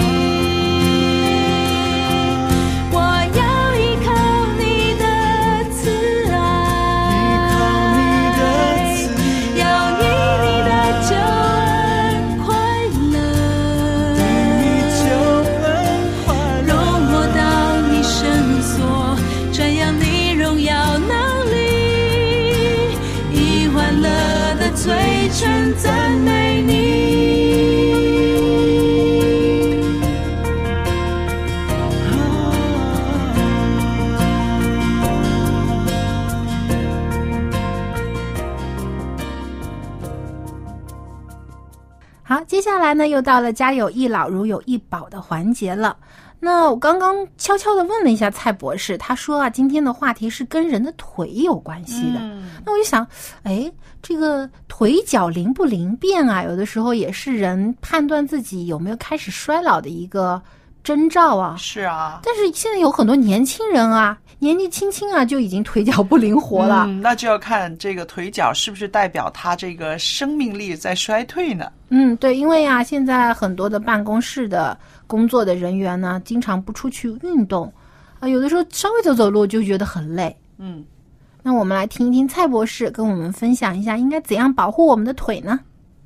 最全赞美你。 好，接下来呢，又到了家有一老如有一宝的环节了。那我刚刚悄悄地问了一下蔡博士，他说啊，今天的话题是跟人的腿有关系的。那我就想，这个腿脚灵不灵便啊，有的时候也是人判断自己有没有开始衰老的一个征兆啊。 是啊， 但是现在有很多年轻人啊，年纪轻轻啊就已经腿脚不灵活了。 那就要看这个腿脚是不是代表他这个生命力在衰退呢？ 对，因为啊，现在很多的办公室的工作的人员呢，经常不出去运动啊，有的时候稍微走走路就觉得很累。那我们来听一听蔡博士跟我们分享一下，应该怎样保护我们的腿呢？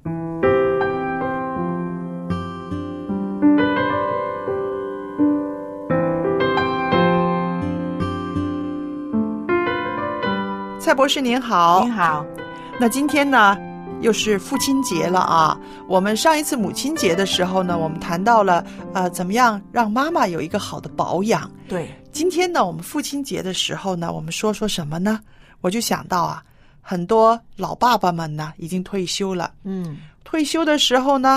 蔡博士您好。 您好。 那今天呢又是父亲节了啊，我们上一次母亲节的时候呢，我们谈到了怎么样让妈妈有一个好的保养。 对， 今天呢我们父亲节的时候呢，我们说什么呢？我就想到啊，很多老爸爸们呢已经退休了。退休的时候呢，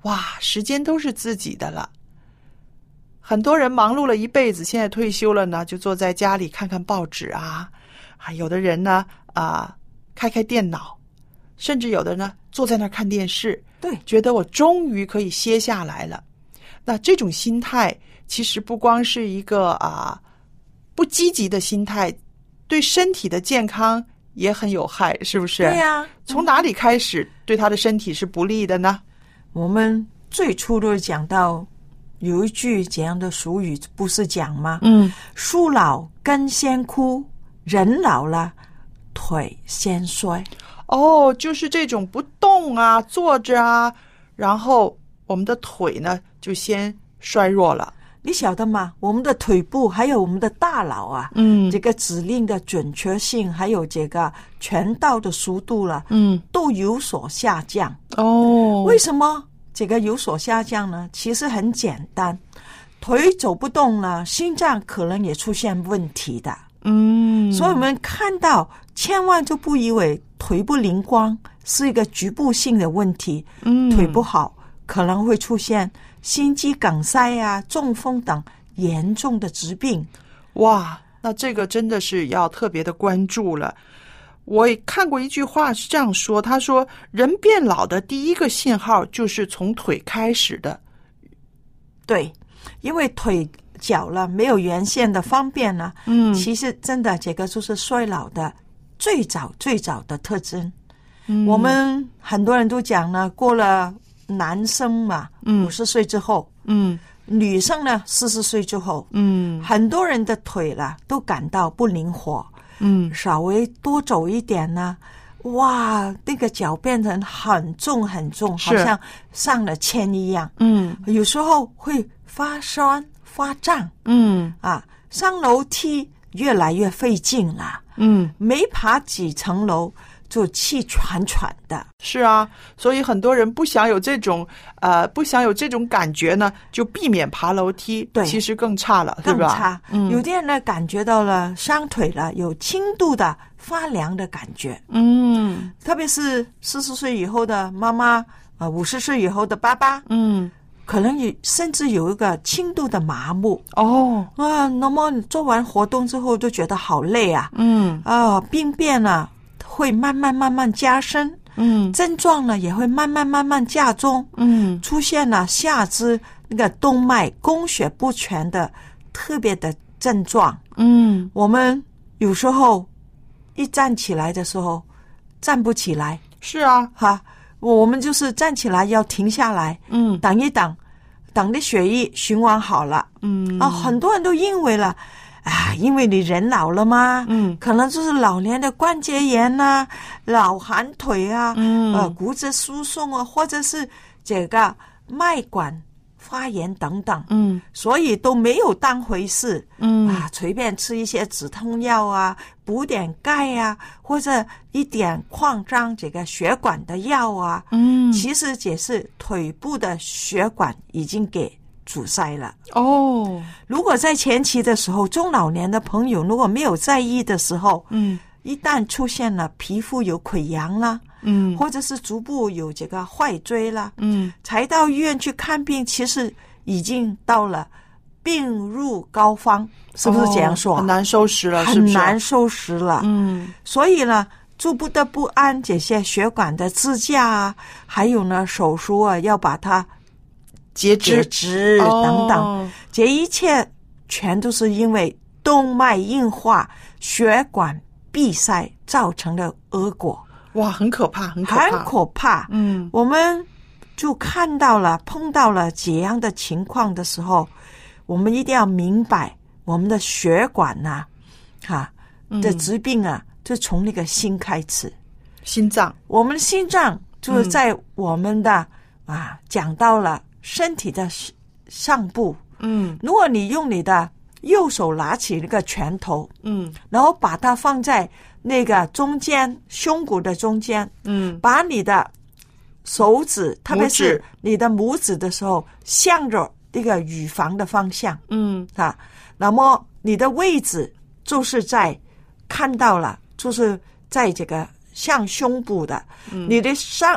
哇，时间都是自己的了。很多人忙碌了一辈子，现在退休了呢，就坐在家里看看报纸啊，有的人呢开电脑，甚至有的呢坐在那儿看电视， 对， 觉得我终于可以歇下来了。那这种心态其实不光是一个不积极的心态，对身体的健康也很有害，是不是？ 对呀。 从哪里开始对他的身体是不利的呢？ 我们最初都讲到有一句这样的俗语，不是讲吗？树老根先枯，人老了腿先衰。 就是这种不动啊，坐着啊，然后我们的腿呢就先衰弱了。 你晓得吗？我们的腿部还有我们的大脑啊，这个指令的准确性，还有这个传导的速度了，都有所下降。为什么这个有所下降呢？其实很简单，腿走不动了，心脏可能也出现问题的。所以我们看到，千万就不以为腿不灵光是一个局部性的问题，腿不好可能会出现心肌梗塞啊、中风等严重的疾病。 哇，那这个真的是要特别的关注了。我也看过一句话是这样说，他说人变老的第一个信号就是从腿开始的。 对，因为腿脚了没有原先的方便了，其实真的这个就是衰老的最早的特征。我们很多人都讲呢，过了男生嘛，50岁之后，女生呢40岁之后，很多人的腿了都感到不灵活，稍微多走一点呢，哇，那个脚变成很重很重，好像上了铅一样，有时候会发酸发胀，上楼梯越来越费劲了，没爬几层楼就气喘喘的。 是啊，所以很多人不想有这种感觉呢，就避免爬楼梯。对，其实更差了，对吧？ 更差。有的人呢感觉到了伤腿了，有轻度的发凉的感觉。特别是40岁以后的妈妈，50岁以后的爸爸，可能甚至有一个轻度的麻木。那么你做完活动之后就觉得好累啊。病变呢会慢慢加深，症状呢也会慢慢加重，出现了下肢那个动脉供血不全的特别的症状。我们有时候一站起来的时候站不起来。 是啊， 我们就是站起来要停下来，等一等，等的血液循环好了。很多人都认为了因为你人老了嘛，可能就是老年的关节炎啊、老寒腿啊、骨质疏松啊，或者是这个脉管发炎等等，所以都没有当回事，随便吃一些止痛药啊，补点钙啊，或者一点扩张这个血管的药啊，其实也是腿部的血管已经给阻塞了。如果在前期的时候，中老年的朋友如果没有在意的时候，一旦出现了皮肤有溃疡啦，或者是足部有这个坏椎啦，才到医院去看病，其实已经到了病入膏肓，是不是这样说？ 很难收拾了， 很难收拾了。所以呢，就不得不按这些血管的支架啊，还有呢手术啊，要把它截肢等等，这一切全都是因为动脉硬化、血管闭塞造成的恶果。 哇，很可怕，很可怕。我们就看到了、碰到了这样的情况的时候，我们一定要明白，我们的血管的疾病啊，就从那个心开始。 心脏， 我们的心脏就是在我们的讲到了身体的上部。如果你用你的右手拿起那个拳头，然后把它放在那个中间胸骨的中间，把你的手指，特别是你的拇指的时候，向着那个乳房的方向，那么你的位置就是在看到了，就是在这个像胸部的，你的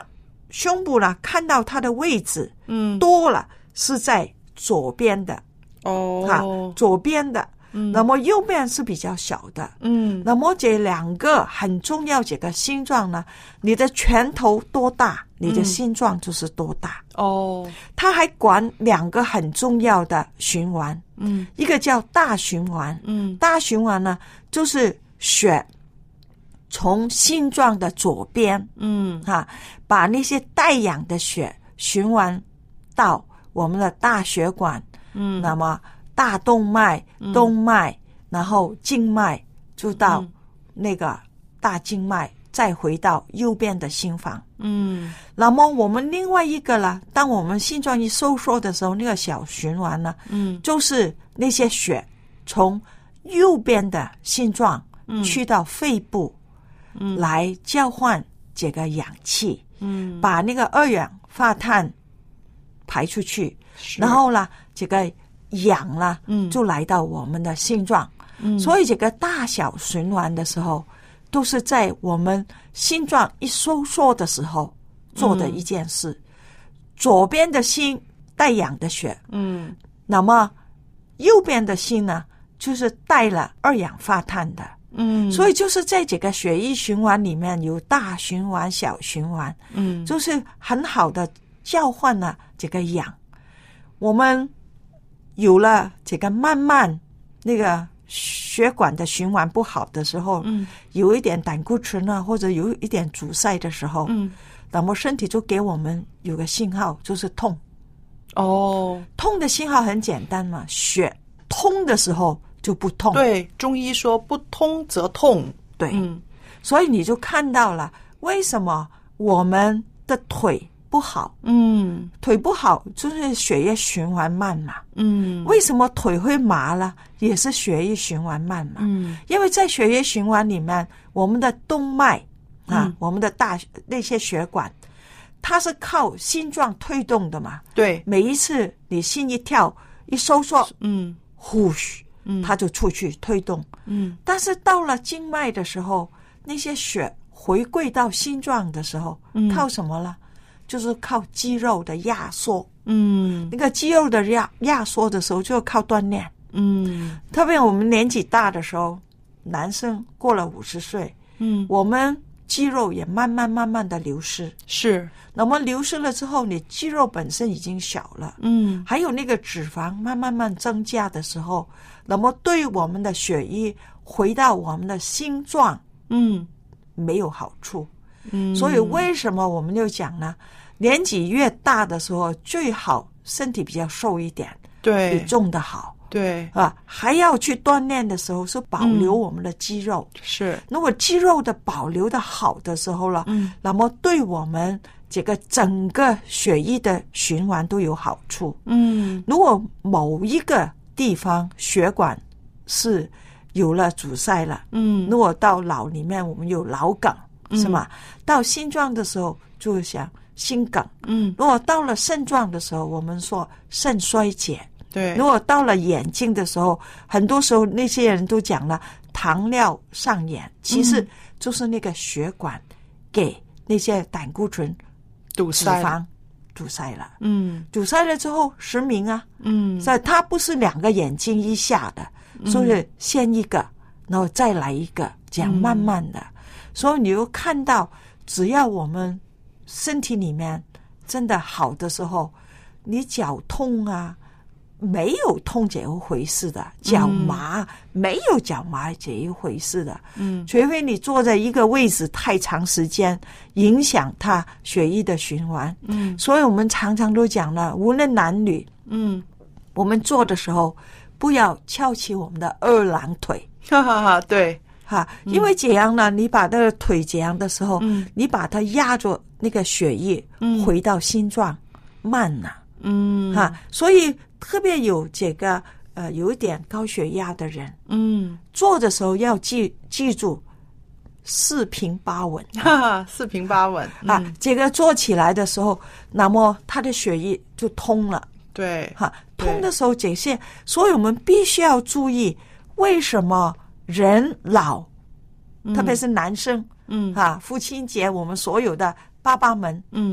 胸部呢，看到它的位置，多了是在左边的，左边的，那么右边是比较小的，那么这两个很重要，这个心脏呢，你的拳头多大，你的心脏就是多大。它还管两个很重要的循环，一个叫大循环，大循环呢，就是血从心脏的左边，把那些带氧的血循环到我们的大血管，那么大动脉、动脉，然后静脉就到那个大静脉，再回到右边的心房。那么我们另外一个呢，当我们心脏一收缩的时候，那个小循环呢，就是那些血从右边的心脏去到肺部，来交换这个氧气，把那个二氧化碳排出去，然后呢，这个氧呢，就来到我们的心脏。所以这个大小循环的时候，都是在我们心脏一收缩的时候做的一件事。左边的心带氧的血，那么右边的心呢，就是带了二氧化碳的。所以就是在这个血液循环里面有大循环、小循环，就是很好的交换了这个氧。我们有了这个慢慢那个血管的循环不好的时候，有一点胆固醇啊，或者有一点阻塞的时候，那么身体就给我们有个信号，就是痛。痛的信号很简单嘛，血通的时候就不痛。 对，中医说不通则痛。 对，所以你就看到了为什么我们的腿不好，腿不好就是血液循环慢嘛，为什么腿会麻了，也是血液循环慢嘛，因为在血液循环里面，我们的动脉我们的那些血管，它是靠心脏推动的嘛， 对， 每一次你心一跳一收缩，呼嘘，它就出去推动，但是到了静脉的时候，那些血回归到心脏的时候，靠什么了？就是靠肌肉的压缩，那个肌肉的压缩的时候就靠锻炼，特别我们年纪大的时候，男生过了50岁，我们肌肉也慢慢的流失， 是， 那么流失了之后，你肌肉本身已经小了，还有那个脂肪慢慢增加的时候，那么对我们的血液回到我们的心脏，没有好处。所以为什么我们就讲呢？年纪越大的时候，最好身体比较瘦一点， 对， 比重的好， 对还要去锻炼的时候是保留我们的肌肉， 是。 如果肌肉的保留的好的时候了，那么对我们这个整个血液的循环都有好处。如果某一个地方血管是有了阻塞了，如果到脑里面我们有脑梗，是吗？到心脏的时候就想心梗，如果到了肾脏的时候，我们说肾衰竭， 对。 如果到了眼睛的时候，很多时候那些人都讲了糖尿上眼，其实就是那个血管给那些胆固醇、脂肪堵塞了，堵塞了之后失明啊，所以它不是两个眼睛一下的，所以先一个，然后再来一个，这样慢慢的。所以你又看到，只要我们身体里面真的好的时候，你脚痛啊，没有痛这一回事的，脚麻没有脚麻这一回事的，除非你坐在一个位置太长时间，影响它血液的循环，所以我们常常都讲了，无论男女，我们坐的时候不要翘起我们的二郎腿， 对。 因为这样呢，你把那个腿这样的时候，你把它压着那个血液回到心脏，慢了，所以特别有这个有一点高血压的人，做的时候要记住四平八稳， 四平八稳这个做起来的时候，那么他的血液就通了， 对， 通的时候这些，所以我们必须要注意为什么。人老，特别是男生，父亲节我们所有的爸爸们，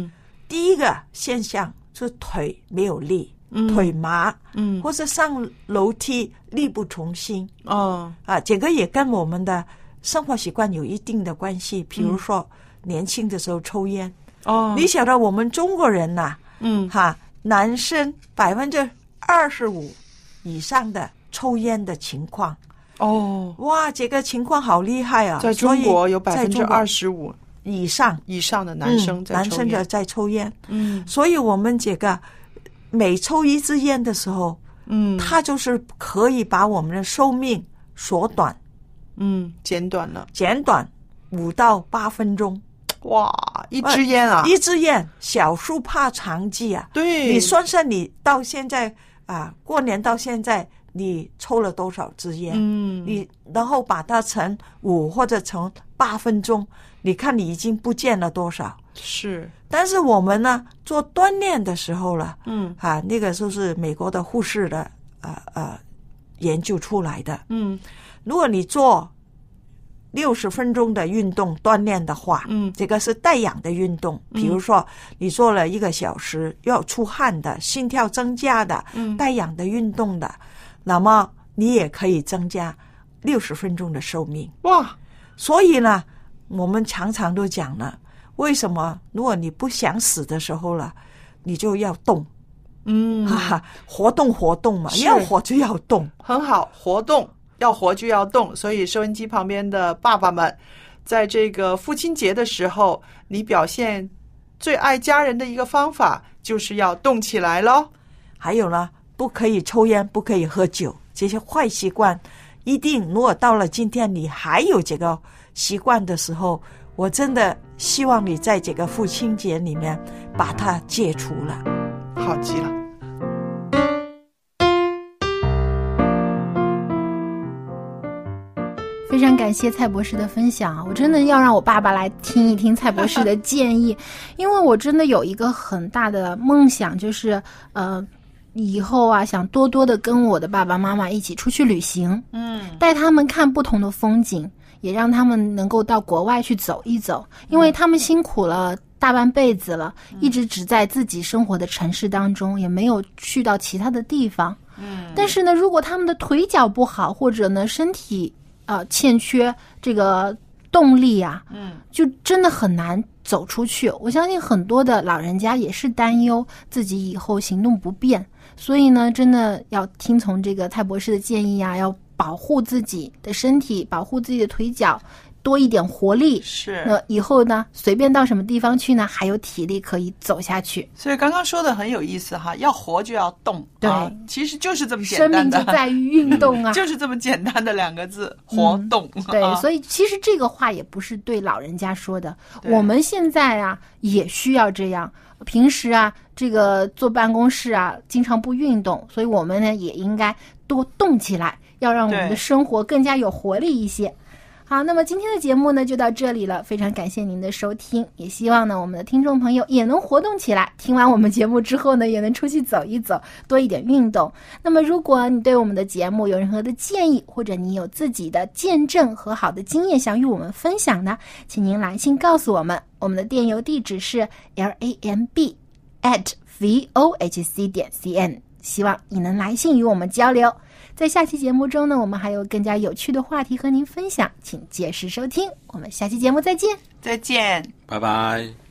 第一个现象是腿没有力，腿麻，或是上楼梯力不从心，这个也跟我们的生活习惯有一定的关系。比如说年轻的时候抽烟，你晓得我们中国人呐，男生25%以上的抽烟的情况。哇，这个情况好厉害啊！ 在中国有25% 以上的男生在抽烟。所以我们这个每抽一支烟的时候，它就是可以把我们的寿命缩短， 减短 5到8分钟。 哇，一支烟啊！ 一支烟，小数怕长计啊！ 对， 你算算你到现在过年到现在你抽了多少支烟？你然后把它乘5或者乘8分钟，你看你已经不见了多少？ 是。 但是我们呢，做锻炼的时候了，那个就是美国的护士的研究出来的。如果你做60分钟的运动锻炼的话，这个是带氧的运动，比如说你做了1个小时要出汗的，心跳增加的，带氧的运动的，那么你也可以增加60分钟的寿命。 哇！ 所以呢，我们常常都讲了，为什么如果你不想死的时候了，你就要动，活动嘛，要活就要动， 很好，活动。要活就要动，所以收音机旁边的爸爸们，在这个父亲节的时候，你表现最爱家人的一个方法就是要动起来咯。 还有呢，不可以抽烟，不可以喝酒，这些坏习惯一定，如果到了今天你还有这个习惯的时候，我真的希望你在这个父亲节里面把它戒除了。 好极了。 非常感谢蔡博士的分享，我真的要让我爸爸来听一听蔡博士的建议，因为我真的有一个很大的梦想，就是以后想多多的跟我的爸爸妈妈一起出去旅行，带他们看不同的风景，也让他们能够到国外去走一走，因为他们辛苦了大半辈子了，一直只在自己生活的城市当中，也没有去到其他的地方。但是呢，如果他们的腿脚不好，或者呢身体欠缺这个动力就真的很难走出去。我相信很多的老人家也是担忧自己以后行动不便，所以呢，真的要听从这个蔡博士的建议要保护自己的身体，保护自己的腿脚，多一点活力。 是。 那以后呢，随便到什么地方去呢，还有体力可以走下去。 所以刚刚说的很有意思要活就要动。 对， 其实就是这么简单的， 生命就在于运动就是这么简单的2个字，活动。 对，所以其实这个话也不是对老人家说的，我们现在也需要这样。平时这个坐办公室经常不运动，所以我们呢也应该多动起来，要让我们的生活更加有活力一些。好，那么今天的节目呢就到这里了，非常感谢您的收听，也希望呢我们的听众朋友也能活动起来，听完我们节目之后呢也能出去走一走，多一点运动。那么如果你对我们的节目有任何的建议，或者你有自己的见证和好的经验想与我们分享呢，请您来信告诉我们，我们的电邮地址是 lamb@vohc.cn， 希望你能来信与我们交流。在下期节目中呢，我们还有更加有趣的话题和您分享，请届时收听。我们下期节目再见。 再见， 拜拜。